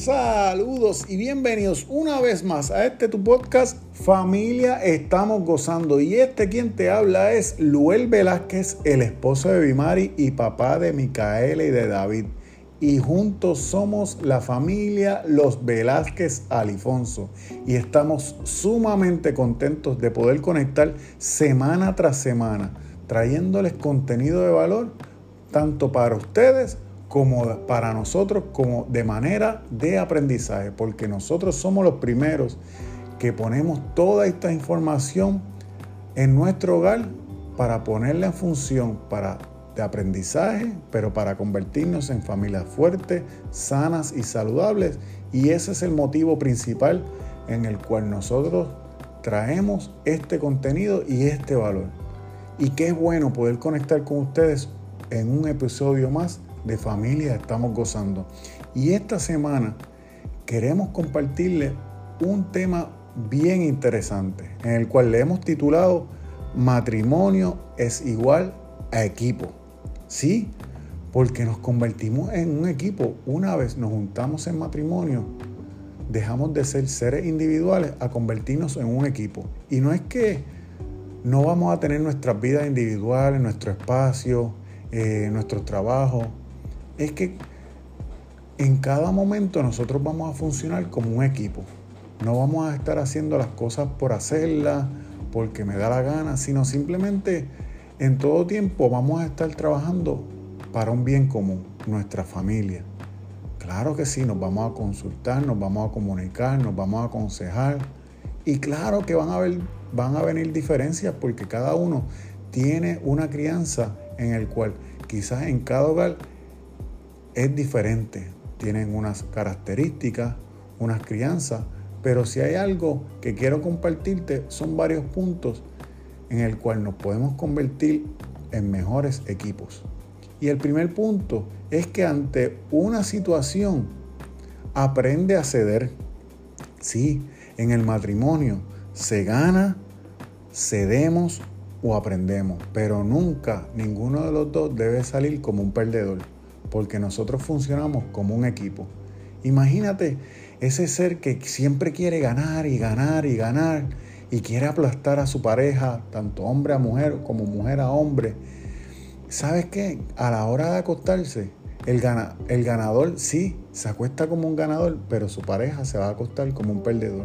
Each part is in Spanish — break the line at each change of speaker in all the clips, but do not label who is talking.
Saludos y bienvenidos una vez más a tu podcast Familia Estamos Gozando. Y quien te habla es Luel Velázquez, el esposo de Bimari y papá de Micaela y de David. Y juntos somos la familia Los Velázquez Alifonso. Y estamos sumamente contentos de poder conectar semana tras semana, trayéndoles contenido de valor, tanto para ustedes como para nosotros, como de manera de aprendizaje, porque nosotros somos los primeros que ponemos toda esta información en nuestro hogar para ponerla en función de aprendizaje, pero para convertirnos en familias fuertes, sanas y saludables. Y ese es el motivo principal en el cual nosotros traemos este contenido y este valor. Y qué bueno poder conectar con ustedes en un episodio más de Familia Estamos Gozando. Y esta semana queremos compartirles un tema bien interesante, en el cual le hemos titulado Matrimonio es igual a equipo. Sí, porque nos convertimos en un equipo. Una vez nos juntamos en matrimonio, dejamos de ser seres individuales a convertirnos en un equipo. Y no es que no vamos a tener nuestras vidas individuales, nuestro espacio, nuestro trabajo. Es que en cada momento nosotros vamos a funcionar como un equipo. No vamos a estar haciendo las cosas por hacerlas, porque me da la gana, sino simplemente en todo tiempo vamos a estar trabajando para un bien común, nuestra familia. Claro que sí, nos vamos a consultar, nos vamos a comunicar, nos vamos a aconsejar. Y claro que van a venir diferencias, porque cada uno tiene una crianza en el cual quizás en cada hogar es diferente, tienen unas características, unas crianzas, pero si hay algo que quiero compartirte, son varios puntos en el cual nos podemos convertir en mejores equipos. Y el primer punto es que ante una situación aprende a ceder. Sí, en el matrimonio se gana, cedemos o aprendemos, pero nunca ninguno de los dos debe salir como un perdedor, porque nosotros funcionamos como un equipo. Imagínate ese ser que siempre quiere ganar y ganar y ganar y quiere aplastar a su pareja, tanto hombre a mujer como mujer a hombre. ¿Sabes qué? A la hora de acostarse, el ganador sí se acuesta como un ganador, pero su pareja se va a acostar como un perdedor.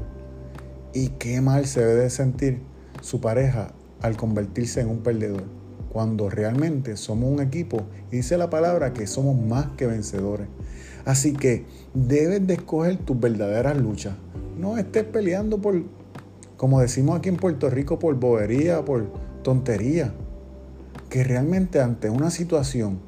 Y qué mal se debe de sentir su pareja al convertirse en un perdedor, cuando realmente somos un equipo. Y dice la palabra que somos más que vencedores. Así que debes de escoger tus verdaderas luchas. No estés peleando por, como decimos aquí en Puerto Rico, por bobería, por tontería. Que realmente ante una situación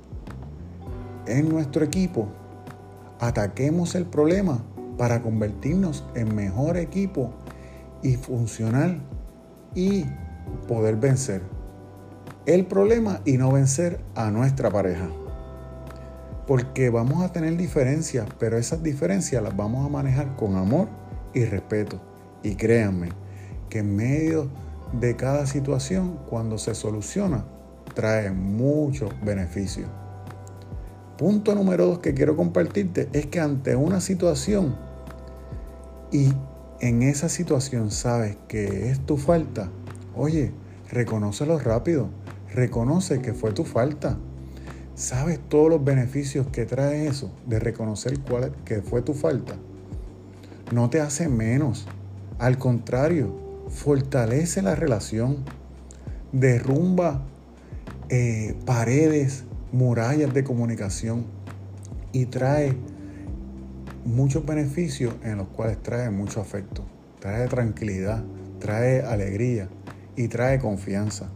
en nuestro equipo, ataquemos el problema para convertirnos en mejor equipo y funcionar y poder vencer el problema y no vencer a nuestra pareja. Porque vamos a tener diferencias, pero esas diferencias las vamos a manejar con amor y respeto. Y créanme que en medio de cada situación, cuando se soluciona, trae muchos beneficios. Punto número 2 que quiero compartirte es que ante una situación y en esa situación sabes que es tu falta, oye, reconócelo rápido. Reconoce que fue tu falta. ¿Sabes todos los beneficios que trae eso de reconocer que fue tu falta? No te hace menos. Al contrario, fortalece la relación. Derrumba paredes, murallas de comunicación y trae muchos beneficios en los cuales trae mucho afecto. Trae tranquilidad, trae alegría y trae confianza.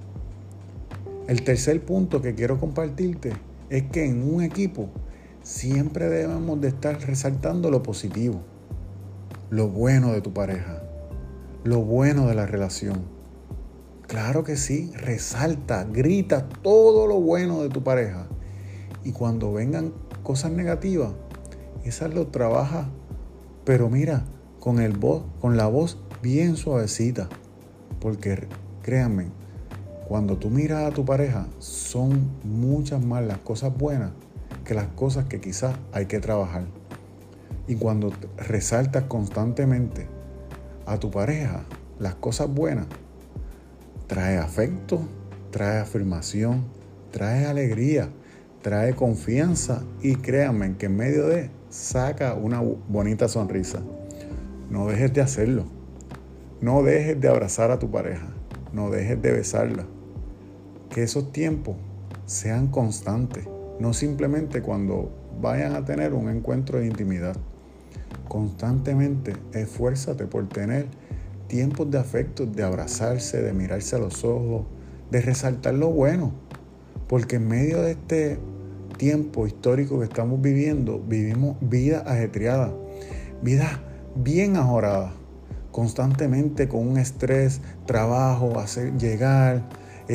El tercer punto que quiero compartirte es que en un equipo siempre debemos de estar resaltando lo positivo, lo bueno de tu pareja, lo bueno de la relación. Claro que sí, resalta, grita todo lo bueno de tu pareja. Y cuando vengan cosas negativas, esas lo trabaja, pero mira, con la voz bien suavecita. Porque créanme, cuando tú miras a tu pareja, son muchas más las cosas buenas que las cosas que quizás hay que trabajar. Y cuando resaltas constantemente a tu pareja las cosas buenas, trae afecto, trae afirmación, trae alegría, trae confianza y créanme que en medio de saca una bonita sonrisa. No dejes de hacerlo. No dejes de abrazar a tu pareja. No dejes de besarla. Que esos tiempos sean constantes, no simplemente cuando vayan a tener un encuentro de intimidad. Constantemente esfuérzate por tener tiempos de afecto, de abrazarse, de mirarse a los ojos, de resaltar lo bueno. Porque en medio de este tiempo histórico que estamos viviendo, vivimos vidas ajetreadas, vidas bien ajoradas, constantemente con un estrés, trabajo, hacer llegar,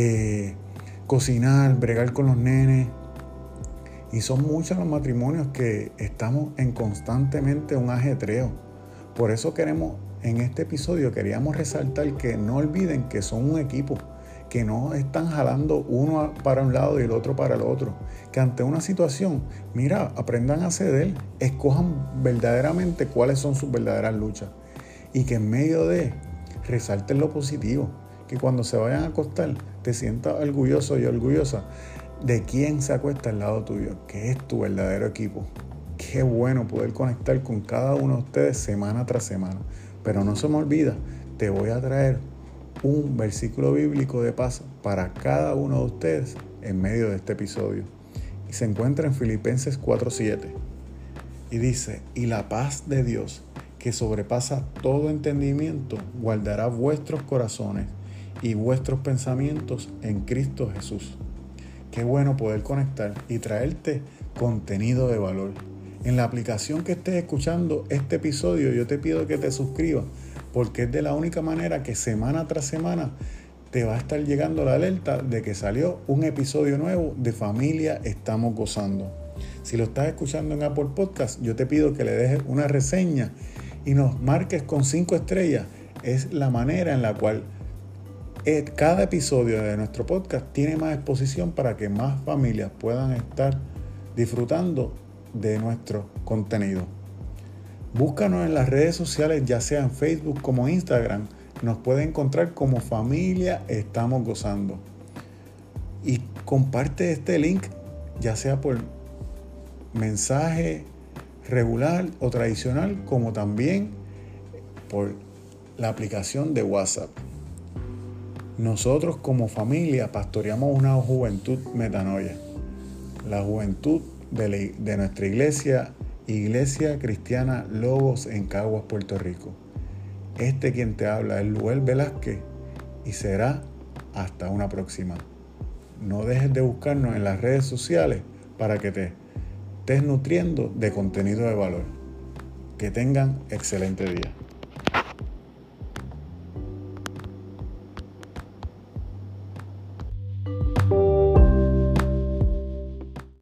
cocinar, bregar con los nenes. Y son muchos los matrimonios que estamos en constantemente un ajetreo. Por eso en este episodio queríamos resaltar que no olviden que son un equipo, que no están jalando uno para un lado y el otro para el otro. Que ante una situación, mira, aprendan a ceder, escojan verdaderamente cuáles son sus verdaderas luchas. Y que en medio de resalten lo positivo, que cuando se vayan a acostar te sientas orgulloso y orgullosa de quién se acuesta al lado tuyo, que es tu verdadero equipo. Qué bueno poder conectar con cada uno de ustedes semana tras semana. Pero no se me olvida, te voy a traer un versículo bíblico de paz para cada uno de ustedes en medio de este episodio. Y se encuentra en Filipenses 4:7. Y dice, y la paz de Dios, que sobrepasa todo entendimiento, guardará vuestros corazones y vuestros pensamientos en Cristo Jesús. Qué bueno poder conectar y traerte contenido de valor. En la aplicación que estés escuchando este episodio, yo te pido que te suscribas, porque es de la única manera que semana tras semana te va a estar llegando la alerta de que salió un episodio nuevo de Familia Estamos Gozando. Si lo estás escuchando en Apple Podcast, yo te pido que le dejes una reseña y nos marques con 5 estrellas. Es la manera en la cual cada episodio de nuestro podcast tiene más exposición para que más familias puedan estar disfrutando de nuestro contenido. Búscanos en las redes sociales, ya sea en Facebook como Instagram. Nos pueden encontrar como Familia Estamos Gozando. Y comparte este link, ya sea por mensaje regular o tradicional, como también por la aplicación de WhatsApp. Nosotros como familia pastoreamos una juventud metanoia, la juventud de nuestra Iglesia Cristiana Logos en Caguas, Puerto Rico. Quien te habla es Luel Velázquez y será hasta una próxima. No dejes de buscarnos en las redes sociales para que te estés nutriendo de contenido de valor. Que tengan excelente día.